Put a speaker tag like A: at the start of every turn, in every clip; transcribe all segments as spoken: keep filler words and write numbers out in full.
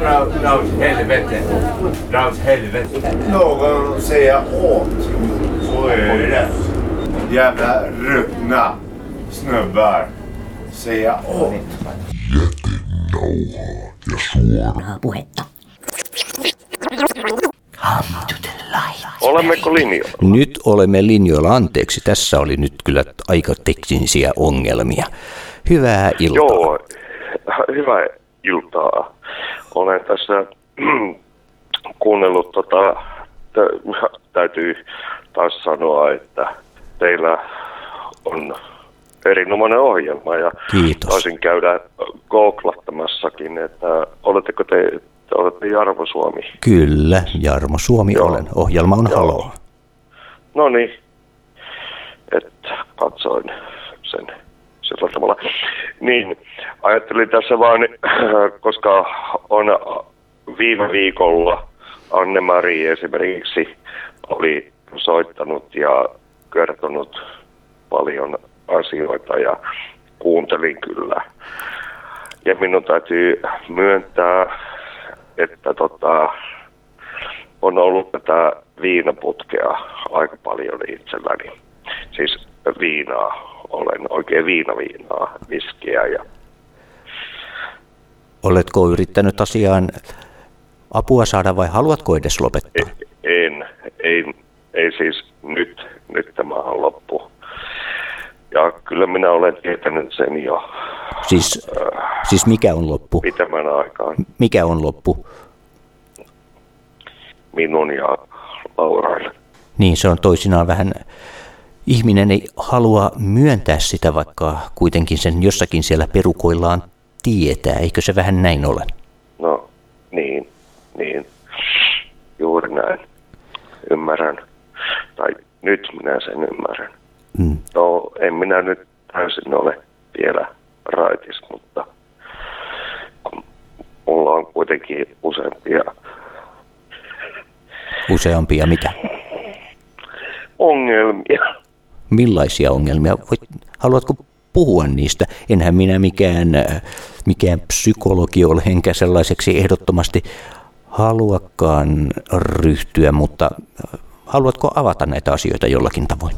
A: dra, dra åt helvete. Dra åt helvete.
B: Någon säger åt. Så är det. Jävla ruttna snubbar. Säger åt.
C: Jätenauhaa ja suoraa puhetta. Come to the light.
D: Olemmeko linjoilla?
E: Nyt olemme linjoilla. Anteeksi, tässä oli nyt kyllä aika teknisiä ongelmia. Hyvää iltaa.
D: Joo, hyvää iltaa. Olen tässä kuunnellut, tota, tä- täytyy taas sanoa, että teillä on erinomainen ohjelma ja
E: Kiitos.
D: taisin käydä googlattamassakin, että oletteko te, te olette Jarmo Suomi?
E: Kyllä, Jarmo Suomi
D: Joo.
E: olen. Ohjelma on
D: Joo.
E: Haloo.
D: No niin, että katsoin sen sillä tavalla. Niin, ajattelin tässä vaan, koska on viime viikolla Anne-Mari esimerkiksi oli soittanut ja kertonut paljon asioita ja kuuntelin kyllä. Ja minun täytyy myöntää, että tota, on ollut tätä viinaputkea aika paljon itselläni. Siis viinaa, olen oikein viinaviinaa, viskiä ja...
E: Oletko yrittänyt asiaan apua saada vai haluatko edes lopettaa?
D: En, ei, ei siis nyt, nyt tämä on loppu. Ja kyllä minä olen tietänyt sen jo
E: Siis,
D: äh,
E: siis mikä on loppu?
D: pitemmän aikaan.
E: Mikä on loppu?
D: Minun ja Lauran.
E: Niin, se on toisinaan vähän... Ihminen ei halua myöntää sitä, vaikka kuitenkin sen jossakin siellä perukoillaan tietää. Eikö se vähän näin ole?
D: No, niin, niin. Juuri näin. Ymmärrän. Tai nyt minä sen ymmärrän.
E: Mm.
D: No, en minä nyt täysin ole vielä raitis, mutta kun mulla on kuitenkin useampia
E: Useampia mitä?
D: ongelmia.
E: Millaisia ongelmia? Voit, haluatko puhua niistä? Enhän minä mikään, äh, mikään psykologi ole, enkä sellaiseksi ehdottomasti haluakaan ryhtyä, mutta äh, haluatko avata näitä asioita jollakin tavoin?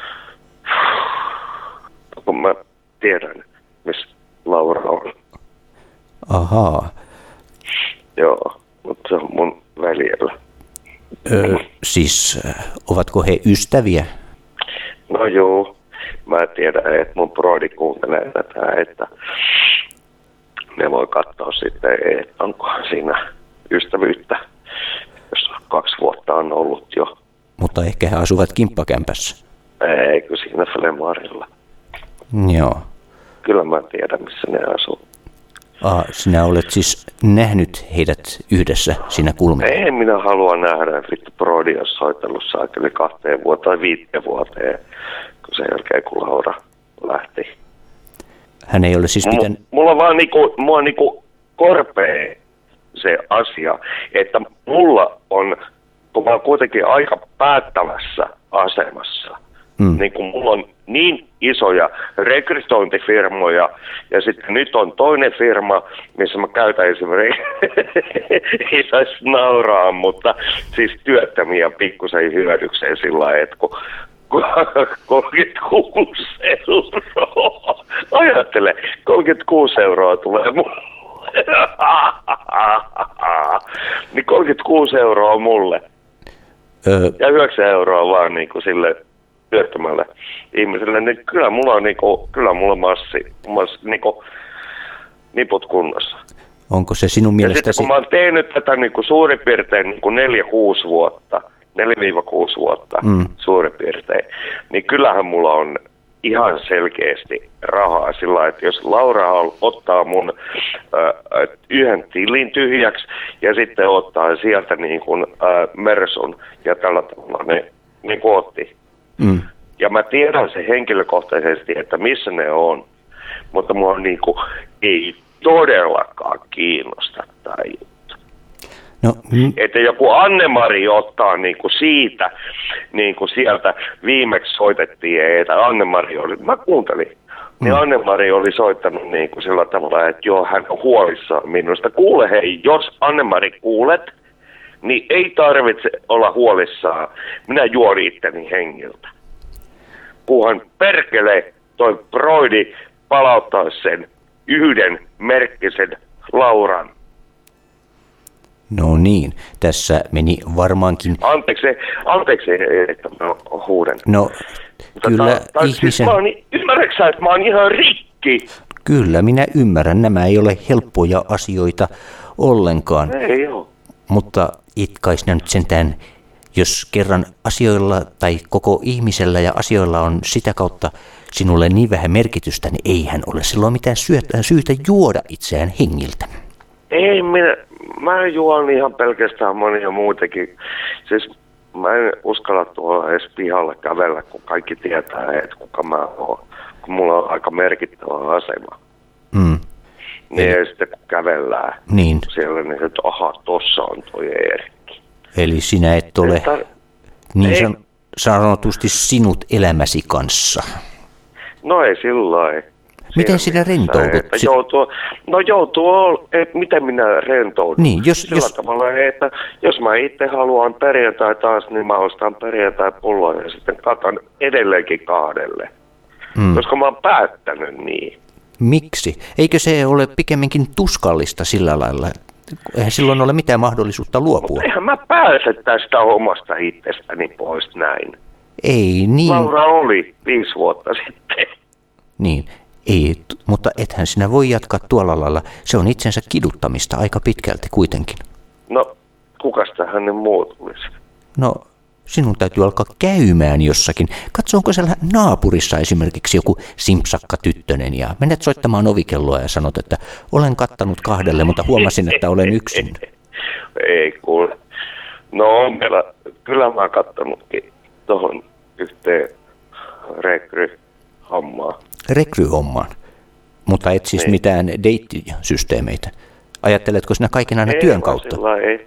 D: Kun mä tiedän, missä Laura on.
E: Ahaa.
D: Joo, mutta se on mun veljellä.
E: Ö, siis äh, ovatko he ystäviä?
D: No joo, mä tiedän, että mun broidi kuuntelee tätä, että ne voi katsoa sitten, että onkohan siinä ystävyyttä, jos kaksi vuotta on ollut jo.
E: Mutta ehkä he asuvat kimppakämpässä.
D: Eikö siinä Flemarilla?
E: Joo.
D: Kyllä mä tiedän, missä ne asuu.
E: Ah, sinä olet siis nähnyt heidät yhdessä siinä kulmilla?
D: En minä halua nähdä, että vittu broidi on soitellut saakeli kahteen vuoteen tai viiteen vuoteen, kun sen jälkeen kun Laura lähti.
E: Hän ei ole siis pitänyt...
D: Mulla vaan niinku, mua niinku korpee se asia, että mulla on, kun mä oon kuitenkin aika päättävässä asemassa, mm. niin kun mulla on niin isoja rekrytointifirmoja, ja sitten nyt on toinen firma, missä mä käytän esimerkiksi, ei saisi nauraa, mutta siis työttömiä pikkusen hyödykseen sillä lailla, että kun kolmekymmentäkuusi euroa. Ajattele, kolmekymmentäkuusi euroa tulee mulle. Niin kolmekymmentäkuusi euroa mulle.
E: Öö.
D: Ja yhdeksän euroa vaan niin kuin sille työttömälle ihmiselle. Niin kyllä mulla on, niin kuin, kyllä mulla massi, massi niin kuin, niput kunnossa.
E: Onko se sinun mielestäsi...
D: Ja sitten kun mä oon tehnyt tätä niin kuin suurin piirtein niin kuin neljä kuusi vuotta, neljä kuusi vuotta mm. suurin piirtein, niin kyllähän mulla on ihan selkeästi rahaa sillä lailla, että jos Laura ottaa mun äh, yhden tilin tyhjäksi ja sitten ottaa sieltä niin kuin, äh, Mersun ja tällä tavalla ne niin kuin otti. Mm. Ja mä tiedän se henkilökohtaisesti, että missä ne on, mutta mua niin kuin, ei todellakaan kiinnosta tämä juttu.
E: No, mm.
D: Että joku Anne-Mari ottaa niinku siitä, niinku sieltä viimeksi soitettiin, että Anne-Mari oli, mä kuuntelin, niin Anne-Mari oli soittanut niin kuin sillä tavalla, että joo, hän on huolissaan minusta. Kuule hei, jos Anne-Mari kuulet, niin ei tarvitse olla huolissaan. Minä juon itteni hengiltä. Kunhan perkele toi Broidi palauttaisi sen yhden merkkisen Lauran.
E: No niin, tässä meni varmaankin...
D: Anteeksi, anteeksi, että mä huudan.
E: No,
D: Mutta
E: kyllä
D: ta, ta,
E: ihmisen...
D: Siis mä oon, ymmärrätkö sä, että mä oon ihan rikki?
E: Kyllä, minä ymmärrän. Nämä ei ole helppoja asioita ollenkaan.
D: Ei oo.
E: Mutta itkais nyt sentään, jos kerran asioilla tai koko ihmisellä ja asioilla on sitä kautta sinulle niin vähän merkitystä, niin eihän ole silloin mitään syötä, syytä juoda itseään hengiltä.
D: Ei minä, mä juon ihan pelkästään monia muutakin. Siis mä en uskalla tuolla edes pihalla kävellä, kun kaikki tietää, että kuka mä oon. Kun mulla on aika merkittävä asema.
E: Mm.
D: Niin Eli... sitten kun kävellään
E: niin.
D: siellä, niin että aha, tossa on toi Eerikki.
E: Eli sinä et ole
D: Tar...
E: niin
D: ei...
E: san- sanotusti sinut elämäsi kanssa.
D: No ei sillä
E: Miten sinä rentoudut?
D: Että joutuu, no joutuu, että miten minä rentoudun.
E: Niin, jos,
D: Sillä
E: jos...
D: tavalla, että jos mä itse haluan perjantai taas, niin mä ostan perjantai pulloa ja sitten katan edelleenkin kahdelle. Mm. Koska mä oon päättänyt niin.
E: Miksi? Eikö se ole pikemminkin tuskallista sillä lailla? Eihän silloin ole mitään mahdollisuutta luopua.
D: Mutta eihän mä pääse tästä omasta itsestäni pois näin.
E: Ei niin.
D: Laura oli viisi vuotta sitten.
E: Niin, ei, mutta ethän sinä voi jatkaa tuolla lailla. Se on itsensä kiduttamista aika pitkälti kuitenkin.
D: No, kukas hänen muu tulisi?
E: No, sinun täytyy alkaa käymään jossakin. Katso, onko siellä naapurissa esimerkiksi joku simpsakka tyttönen ja menet soittamaan ovikelloa ja sanot, että olen kattanut kahdelle, mutta huomasin, että olen yksin.
D: Ei kuule. No on meillä, kyllä mä oon kattanutkin tuohon yhteen rekryhommaan.
E: Rekryhommaan? Mutta et siis niin. mitään deittisysteemeitä. Ajatteletko sinä kaiken aina
D: ei,
E: työn kautta?
D: Ei,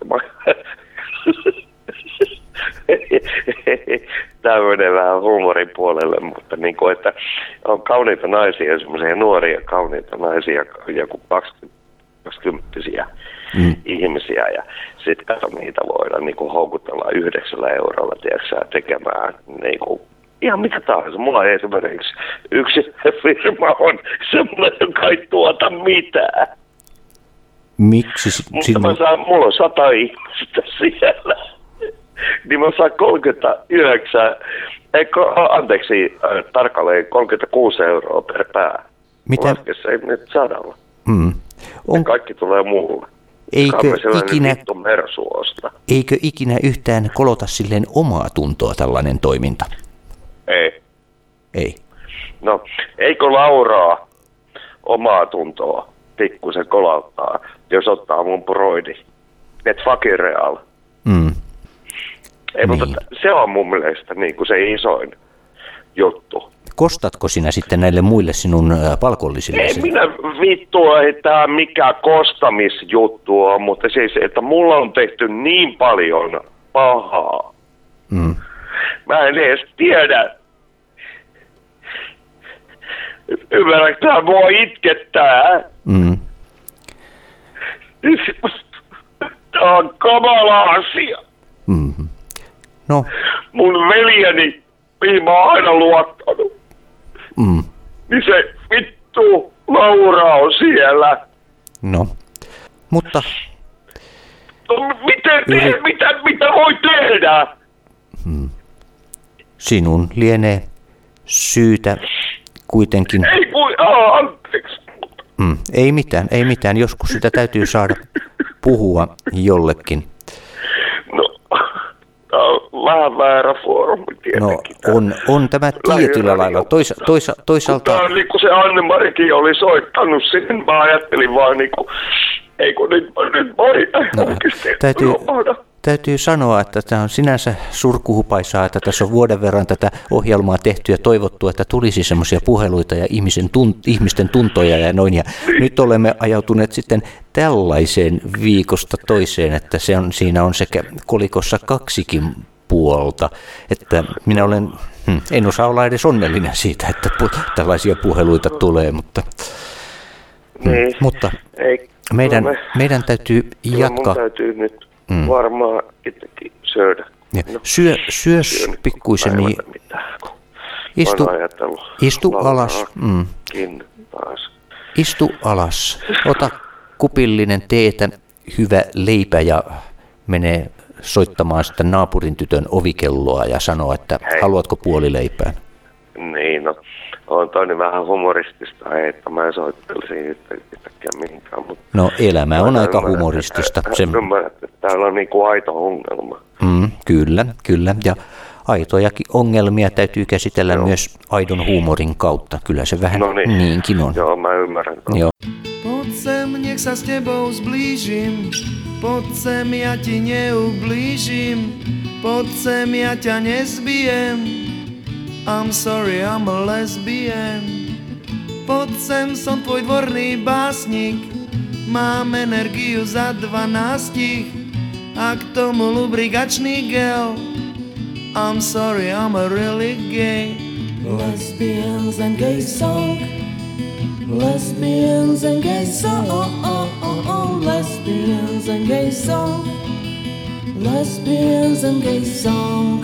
D: tämmöinen vähän huumorin puolelle, mutta niin kuin, että on kauniita naisia, semmoisia nuoria kauniita naisia, joku kaksikymppisiä mm. ihmisiä, ja sitten kato niitä voidaan niin kuin houkutella yhdeksällä eurolla, tiedätkö, tekemään niin kuin ihan mitä tahansa. Mulla ei esimerkiksi yksi firma on semmoinen, joka ei tuota mitään.
E: Miksi?
D: Mutta
E: Sinu...
D: mä saan, mulla on sata ihmistä siellä. Niin mä saan kolmekymmentäyhdeksän, eikö, anteeksi, äh, tarkalleen kolmekymmentäkuusi euroa per pää.
E: Mitä?
D: Laske se nyt sadalla.
E: Mm. On...
D: Kaikki tulee muulle.
E: Eikö ikinä, eikö ikinä yhtään kolota silleen omaa tuntoa tällainen toiminta?
D: Ei.
E: Ei.
D: No, eikö Lauraa omaa tuntoa pikkusen kolauttaa, jos ottaa mun broidi? Et fucking real.
E: Mm.
D: Ei,
E: niin.
D: mutta se on mun mielestä niin kuin se isoin juttu.
E: Kostatko sinä sitten näille muille sinun palkollisille?
D: Ei minä vittua, että tämä mikä kostamisjuttu on, mutta siis, että mulla on tehty niin paljon pahaa.
E: Mm.
D: Mä en edes tiedä. Ymmärrätkö, tämä mua itkettää.
E: Mm.
D: Tämä on kamala asia.
E: Mm-hmm. No.
D: Mun veljeni, mihin mä oon aina luottanut,
E: mm.
D: niin se vittu Laura on siellä.
E: No, mutta...
D: No, miten, Yri... mitä, mitä voi tehdä?
E: Mm. Sinun lienee syytä kuitenkin...
D: Ei voi, aa, anteeksi.
E: Mm. Ei mitään, ei mitään. Joskus sitä täytyy saada puhua jollekin.
D: Vähän väärä foorumi tietenkin.
E: No on, on tämä tietyllä lailla. Toisa, toisa, toisaalta...
D: Tämä on niin kuin se Anne-Marikin oli soittanut sen. Mä ajattelin vaan niin kuin, ei kun nyt, nyt voi
E: no,
D: oikeasti
E: täytyy,
D: lopahda.
E: täytyy sanoa, että tämä on sinänsä surkuhupaisaa, että tässä on vuoden verran tätä ohjelmaa tehty ja toivottu, että tulisi semmoisia puheluita ja ihmisen tunt, ihmisten tuntoja ja noin. Ja nyt olemme ajautuneet sitten tällaiseen viikosta toiseen, että se on, siinä on sekä kolikossa kaksikin puolta. Että minä olen Hmm. En osaa olla edes onnellinen siitä, että pu- tällaisia puheluita tulee, mutta,
D: Niin.
E: hmm. mutta
D: Ei,
E: meidän,
D: me,
E: meidän täytyy jatkaa.
D: Mun täytyy nyt mm. varmaan itsekin syödä.
E: No, syö, syös pikkuisen, niin istu, istu alas. Mm.
D: Taas.
E: Istu alas. Ota kupillinen teetä, hyvä leipä ja mene soittamaan sitten naapurin tytön ovikelloa ja sanoa, että Hei. haluatko puolileipään?
D: Niin, no on toinen vähän humoristista, että mä en soittelisin yhtäkkiä mihinkään. Mutta
E: no elämä on aika
D: ymmärrän,
E: humoristista.
D: Että,
E: Se...
D: ymmärrän, että täällä on niinku aito ongelma.
E: Mm, kyllä, kyllä. Ja aitojakin ongelmia täytyy käsitellä Joo. myös aidon huumorin kautta. Kyllä se vähän no niin. niinkin on.
D: Joo, mä ymmärrän.
E: Joo.
F: Poď sem, nech sa s tebou zblížim, poď sem, ja ti neublížim, poď sem, ja ťa nezbijem, I'm sorry, I'm a lesbian. Poď sem, som tvoj dvorný básnik, mám energiu za dvanástich a k tomu lubrikačný gel, I'm sorry, I'm a really gay.
G: Lesbians and gay song, lesbians and gay song, oh, oh, oh, oh. Lesbians and gay song, lesbians and gay song.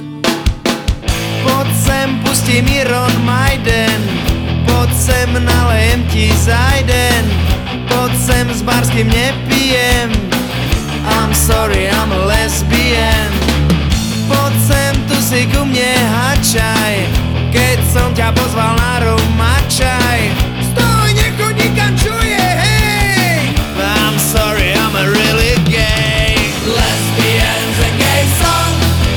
F: Poď sem, pustím Iron Maiden, poď sem, nalejem ti zajden, poď sem, s barským nepijem, I'm sorry, I'm a lesbian. Poď sem, tu si ku mne hačaj, keď som ťa pozval na rumačaj. Stoj, nechoď nikam, čuje, hej! I'm sorry, I'm a really gay. Lesbians and gay song,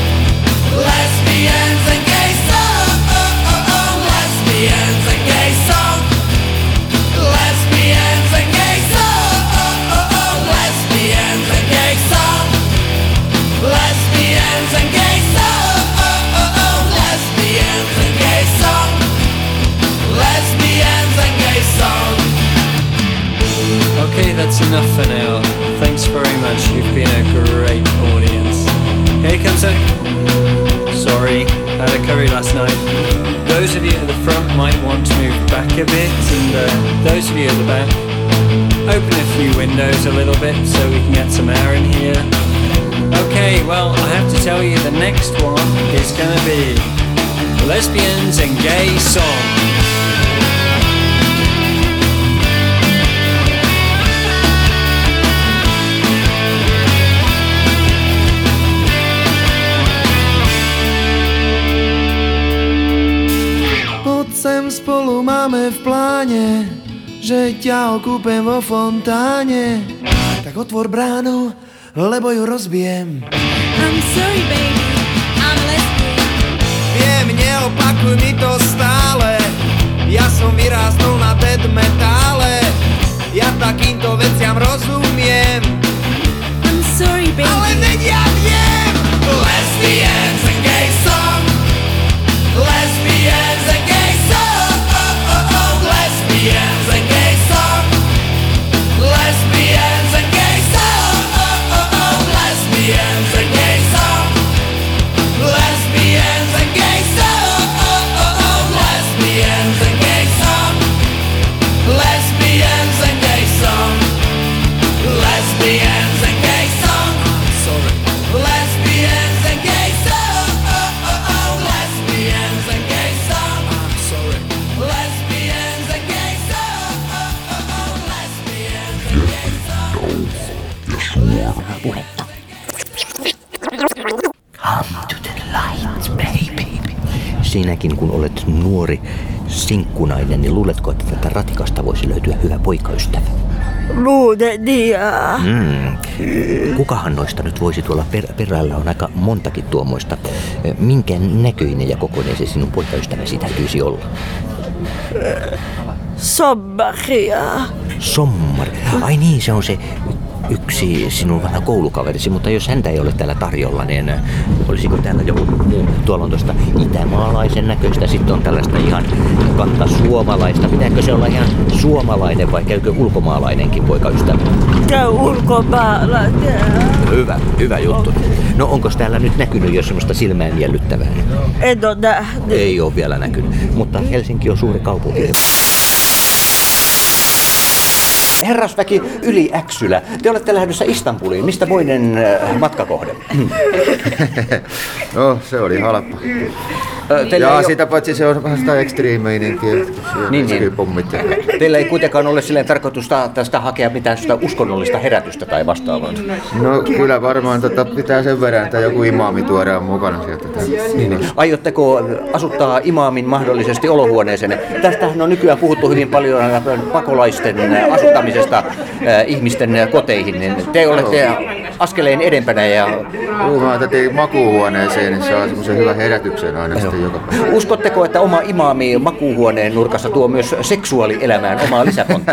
F: lesbians and gay song, oh, oh, oh. Lesbians and gay song, lesbians and gay song, oh, oh, oh. Lesbians and gay song, lesbians and gay song, oh, oh, oh. Lesbians and gay song, lesbians and gay song.
H: Okay, that's enough for now. Thanks very much. You've been a great audience. Here comes a... Sorry, had a curry last night. Those of you at the front might want to move back a bit, and uh, those of you at the back, open a few windows a little bit so we can get some air in here. Okay, well, I have to tell you the next one is gonna be Lesbians and Gay Song.
F: Sem spolu máme v pláne, že ťa okúpem vo fontáne. Tak otvor bránu, lebo ju rozbijem.
I: I'm sorry, baby, I'm lesbian.
F: Viem, neopakuj mi to stále, ja som vyrástol na death metále. Ja takýmto veciam rozumiem.
I: I'm sorry, baby.
F: Ale veď ja viem! Lesbians and gay song, lesbians and gay song, oh, oh, oh. Lesbians and gay song, lesbians and gay song, oh, oh, oh. Lesbians and gay song, lesbians and gay song, oh, oh, oh. Lesbians and gay song, lesbians and gay song, lesbians and gay song, sorry. Lesbians and gay song, oh, oh, oh. Lesbians and gay song, I'm sorry. Lesbians and gay song, oh, oh, oh. Lesbians and gay song.
C: Suoraa puhetta. Come to the light, baby.
E: Sinäkin kun olet nuori sinkkunainen, niin luuletko, että tätä ratikasta voisi löytyä hyvä poikaystävä?
G: Luulen niin.
E: Mm. Kukahan noista nyt voisi tuolla per- perällä on aika montakin tuommoista. Minkä näköinen ja kokoinen se sinun poikaystäväsi täytyisi olla?
G: Sommaria.
E: Sommari. Ai niin, se on se yksi sinun vanha koulukaverisi, mutta jos häntä ei ole täällä tarjolla, niin olisiko täällä joku muu? Tuolla on tuosta itämaalaisen näköistä, sitten on tällaista ihan kanta suomalaista. Pitääkö se olla ihan suomalainen vai käykö ulkomaalainenkin poikaystävä?
G: Käy ulkomaalainen.
E: Hyvä, hyvä juttu. No onko täällä nyt näkynyt jo semmoista silmään miellyttävää?
J: En ole nähnyt.
E: Ei ole vielä näkynyt, mutta Helsinki on suuri kaupunki. Herrasväki yli Äksylä. Te olette lähdössä Istanbuliin. Mistä moinen matkakohde?
K: No, se oli halpa.
E: Teillä
K: ja
E: ei
K: sitä ole... paitsi se on vähän sitä extreme-meininkiä.
E: Niin, niin. Teillä ei kuitenkaan ole silleen tarkoitus tästä hakea mitään sitä uskonnollista herätystä tai vastaavaa.
K: No kyllä varmaan tota, pitää sen verran, että joku imaami tuodaan mukana sieltä.
E: Niin, niin. Aiotteko asuttaa imaamin mahdollisesti olohuoneeseen? Tästähän on nykyään puhuttu hyvin paljon pakolaisten asuttamisesta äh, ihmisten koteihin. Niin te olette askeleen edempänä. Ja...
K: Puhutaan tätä makuuhuoneeseen, niin saa semmoisen hyvän herätyksen aina sitten joka päivä.
E: Uskotteko, että oma imaami makuuhuoneen nurkassa tuo myös seksuaalielämään omaa lisäpontta?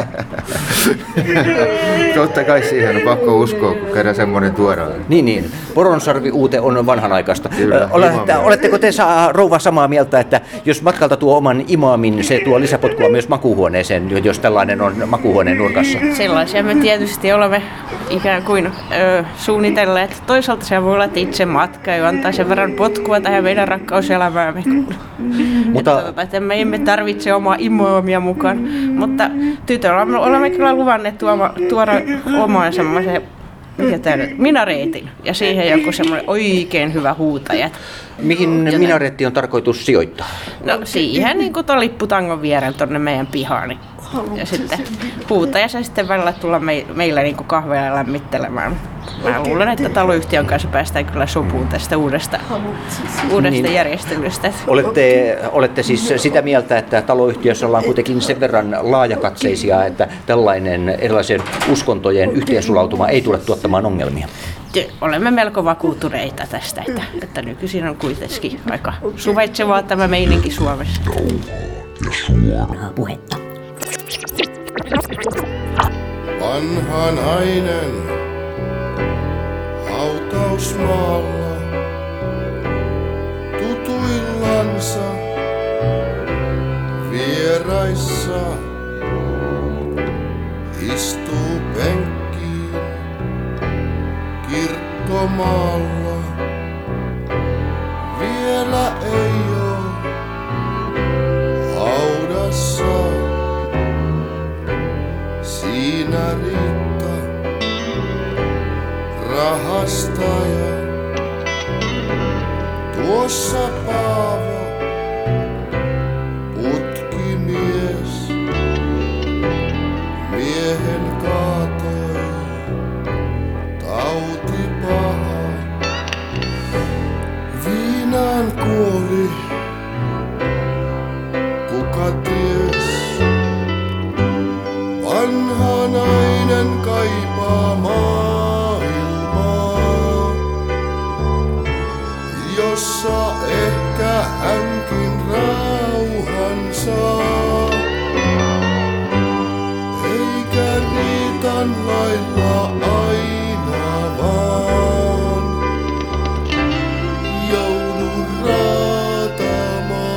K: Totta kai siihen on pakko uskoa, kun kerran semmoinen tuodaan.
E: Niin, niin. Poronsarvi-uute on vanhanaikaista.
K: Kyllä,
E: Olette, oletteko te saa, rouva samaa mieltä, että jos matkalta tuo oman imaamin, se tuo lisäpotkua myös makuuhuoneeseen, jos tällainen on makuuhuoneen nurkassa?
L: Sellaisia me tietysti olemme ikään kuin ö, suunnitelleet. Toisaalta se voi olla, että itse matkailu antaa sen verran potkua tähän meidän rakkauselämäämme. Mutta että, että me emme tarvitse omaa imaamia mukaan. Mutta tytöllä olemme kyllä luvanneet tuoma, tuoda omaan semmoisen, mikä tää nyt, minareetin. Ja siihen joku semmoinen oikein hyvä huutaja.
E: Mihin minareetti on tarkoitus sijoittaa?
L: No siihen niin kuin tuon lipputangon viereen tuonne meidän pihaan. Ja sitten huutaja se sitten välillä tulla me, meillä niin kuin kahveilla lämmittelemään. Mä luulen, että taloyhtiön kanssa päästään kyllä sopuun tästä uudesta, uudesta niin, järjestelystä.
E: Olette, olette siis sitä mieltä, että taloyhtiössä ollaan kuitenkin sen verran laajakatseisia, että tällainen erilaisen uskontojen yhteensulautuma ei tule tuottamaan ongelmia?
L: Olemme melko vakuuttuneita tästä, että, että nykyisin on kuitenkin aika suvaitsevaa tämä meininki Suomessa.
C: Ja suoraa puhetta.
M: Vanha nainen hautausmaalla tutuillansa vieraissa istuu penkkiin kirkkomaalla. Vielä ei oo haudassa. Siinä Riitta, rahastaja, tuossa Paavo, putkimies, miehen kaatoi, tauti paha, viinaan kuoli, kuka ties. Vanha nainen kaipaa maailmaa, jossa ehkä hänkin rauhan saa. Eikä Riitan lailla aina vaan joudu raatamaan.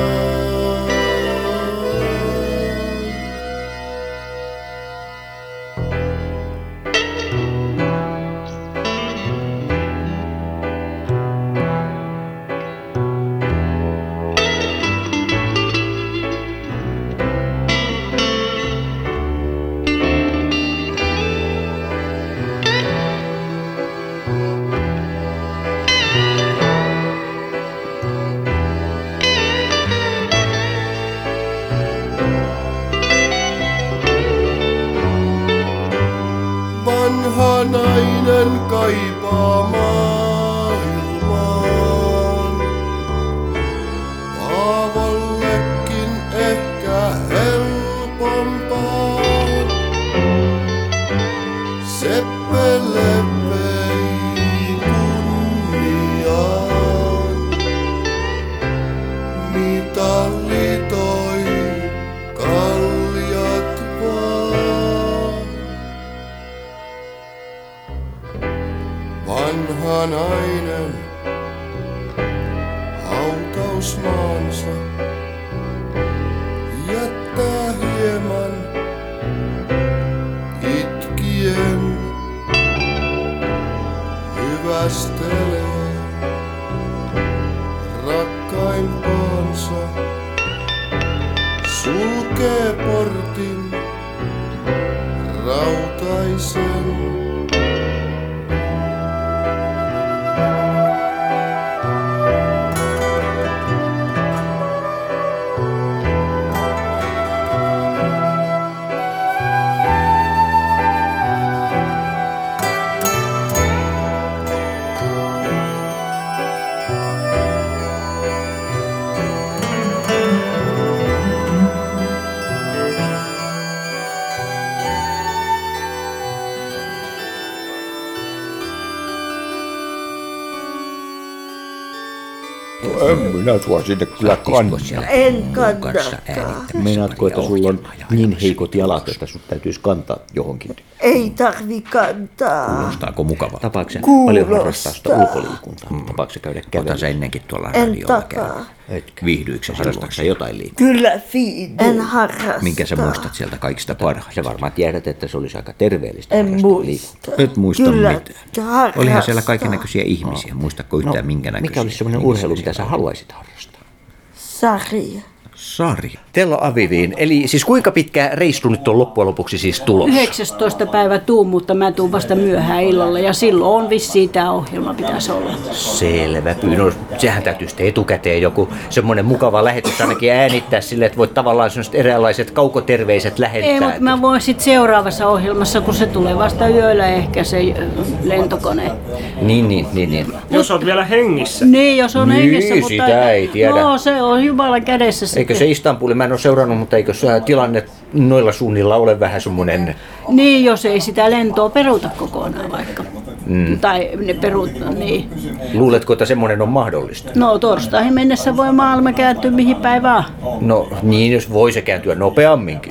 M: Vanha nainen kaipaa maailmaan. Paavollekin ehkä helpompaa. Seppele vei kunniaan. Mitali toi kaljat vaan. Vanha nainen hautausmaansa jättää hieman itkien. hyvästelee rakkaimpaansa. Sulkee portin rautaisen.
E: En minä sua sinne kyllä kannata.
J: En kannata.
E: Meinaatko, että sulla on niin heikot jalat, että sun täytyisi kantaa johonkin?
J: Ei tarvi kantaa.
E: Kuulostaako mukavaa? Tapaatko sä
J: Kuulostaa.
E: paljon harrastaa sitä ulkoliikuntaa? Tapaatko sä käydä kävelyä? Otan sä ennenkin tuolla
J: En
E: radiolla
J: takaa.
E: käydä? Viihdyikö sä? Harrastatko sä jotain liikuntaa?
J: Kyllä fiidu. En harrasta.
E: Minkä sä muistat sieltä kaikista parhaista? Sä varmaan tiedät, että se olisi aika terveellistä
J: En
E: harrastaa
J: muista.
E: liikuntaa. Et muista
J: Kyllä
E: mitään.
J: harrastaa.
E: Olihan siellä kaikennäköisiä ihmisiä. Muistatko yhtään
J: No,
E: minkä näköisiä?
J: mikä olisi
E: semmoinen urheilu, mitä sä haluaisit harrastaa?
J: Sarja.
E: Sari. Tello Aviviin. Eli siis kuinka pitkä reissu nyt on loppujen lopuksi siis tulossa?
N: yhdeksästoista päivä tuun, mutta mä tuun vasta myöhään illalla ja silloin on vissiin tää ohjelma pitäisi olla.
E: Selvä. No, sehän täytyy sitten etukäteen joku semmoinen mukava lähetys ainakin äänittää silleen, että voit tavallaan sellaiset eräänlaiset kaukoterveiset lähettää.
N: Ei, mutta mä voin sitten seuraavassa ohjelmassa, kun se tulee vasta yöllä ehkä se lentokone.
E: Niin, niin, niin, niin.
O: Jos oot vielä hengissä.
N: Niin, jos on
E: Niin,
N: hengissä, mutta...
E: sitä ei tiedä.
N: No, se on Jumalan kädessä sitten.
E: Eikö se Istanbulin, mä en ole seurannut, mutta eikö se tilanne noilla suunnilla ole vähän semmoinen...
N: Niin, jos ei sitä lentoa peruuta kokonaan vaikka.
E: Mm.
N: Tai ne peruuttaa, niin.
E: Luuletko, että semmoinen on mahdollista?
N: No, torstaihin mennessä voi maailma kääntyä mihin päivään.
E: No niin, jos voi se kääntyä nopeamminkin.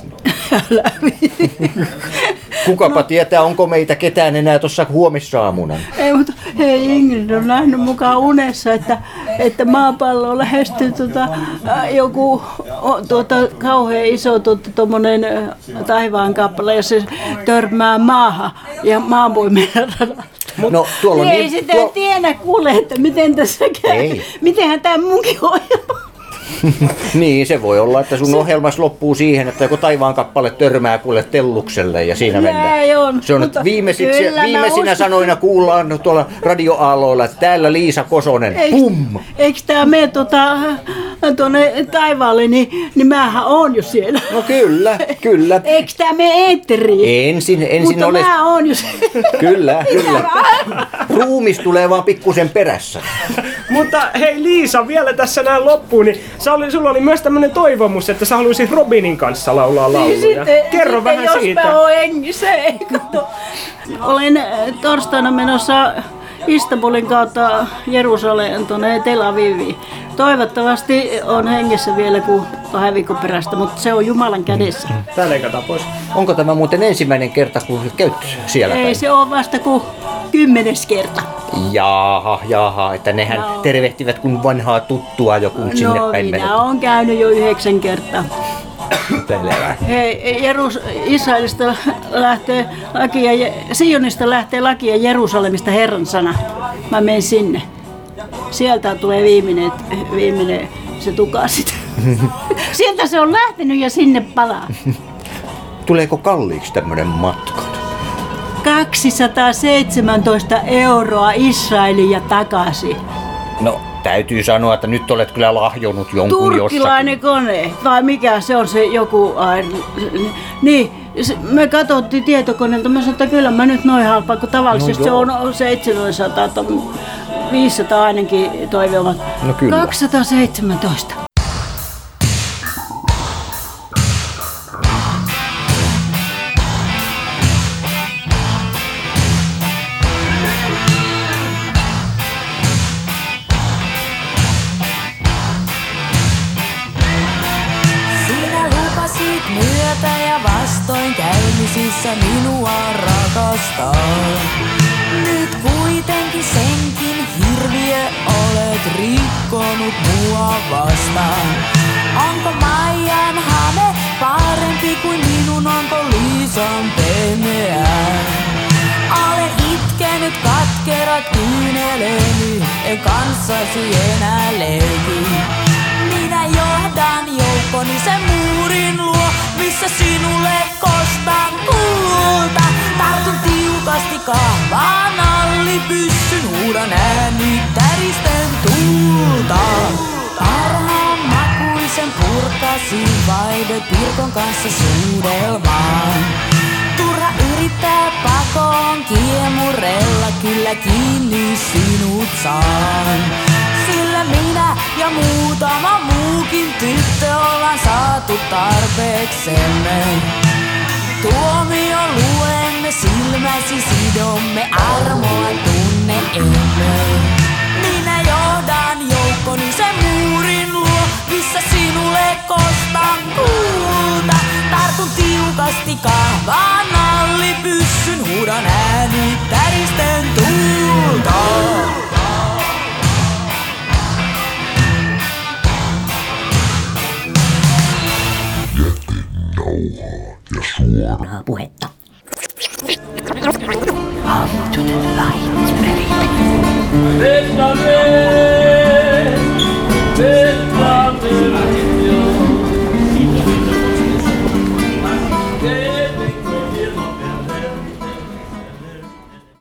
E: Kukapa no. tietää, onko meitä ketään enää tuossa huomisaamuna.
N: Ei, mutta hei, Ingrid on nähnyt mukaan unessa, että, että maapallo lähestyy tuota, joku tuota, kauhean iso tuommoinen taivaan kappale, ja se törmää maahan ja maa voi mennä radasta.
E: No, tuolla on
N: ei
E: niin,
N: sitä
E: tuo...
N: tiedä kuule, että miten tässä käy. Ei. Mitenhän tämä munkin ohjelma.
E: Niin, se voi olla, että sun se... ohjelmas loppuu siihen, että joku taivaan kappale törmää kuule tellukselle ja siinä
N: Näin
E: mennään.
N: On,
E: se on nyt viimeisinä, viimeisinä sanoina kuullaan tuolla radioaalloilla, että täällä Liisa Kosonen,
N: Eiks,
E: pum!
N: Eikö tää mene tuota, tuonne taivaalle, niin, niin mähän oon jo siellä.
E: No kyllä, kyllä.
N: Eikö tää mene eetteriin?
E: Ensin, ensin
N: Mutta
E: oles...
N: mä oon jo siellä.
E: Kyllä, kyllä. Ruumis tulee vaan pikkusen perässä.
O: Mutta hei Liisa, vielä tässä näin loppuun, niin sä oli, sulla oli myös tämmönen toivomus, että sä haluaisit Robinin kanssa laulaa lauluja.
N: Niin sitten,
O: Kerro
N: sitten
O: vähän
N: jos
O: siitä.
N: Jos mä oon hengissä, ei kato. Olen torstaina menossa Istanbulin kautta Jerusalem tuonne Tel Aviviin. Toivottavasti on hengessä vielä kuin kahden viikon perästä, mutta se on Jumalan kädessä.
O: Tää leikataan pois.
E: Onko tämä muuten ensimmäinen kerta, kun käyt siellä
N: Ei,
E: päin?
N: se on vasta kuin kymmenes kerta.
E: Jaha, jaha, että nehän no. tervehtivät kuin vanhaa tuttua joku no, sinne päin
N: minä
E: menet.
N: olen käynyt jo yhdeksän kertaa.
E: Selvä.
N: Hei, Jerus, Israelista lähtee laki ja Sionista lähtee laki ja Jerusalemista Herran sana. Mä menen sinne. Sieltä tulee viimeinen, viimeinen se tukaa sitä. Sieltä se on lähtenyt ja sinne palaa.
E: Tuleeko kalliiksi tämmönen matka?
N: kaksisataaseitsemäntoista euroa Israeliin ja takaisin.
E: No, täytyy sanoa, että nyt olet kyllä lahjonut jonkun
N: Turkkilainen
E: jossakin.
N: kone, vai mikä se on se joku... Ai, niin, me katsottiin tietokoneelta, mä sanoin, että kyllä mä nyt noin halpaa, kun tavallisesti no se on seitsemänsataa, viisisataa ainakin toivomat.
E: No kyllä.
N: kaksisataaseitsemäntoista.
P: Vastoinkäymisissä minua rakastaa. Nyt kuitenkin senkin hirviö olet rikkonut mua vastaan. Onko Maijan hame parempi kuin minun, onko Liisan pehmeää? Olen itkenyt nyt katkerat kyyneleeni, en kanssasi enää leiki. Minä johdan joukkoni sen muurin luo, missä sinulle kostan kulta. Tartun tiukasti kahvaan alli, pyssyn huudan ääni täristen tulta. Parhaan makuisen purkasin vaihdet Pirkon kanssa suudelmaan. Turha yrittää pakoon kiemurella, kyllä kiinni sinut saan. Sillä minä ja muutama muukin tyttö ollaan saatu tarpeeksemme. Tuomio luemme, silmäsi sidomme, armoa tunne emme. Minä johdan joukkoni sen muurin luo, missä sinulle kostan kulta. Tartun tiukasti kahvaan alli, pyssyn huudan ääni täristen tulta.
C: Nauhaa ja suoraa
Q: puhetta.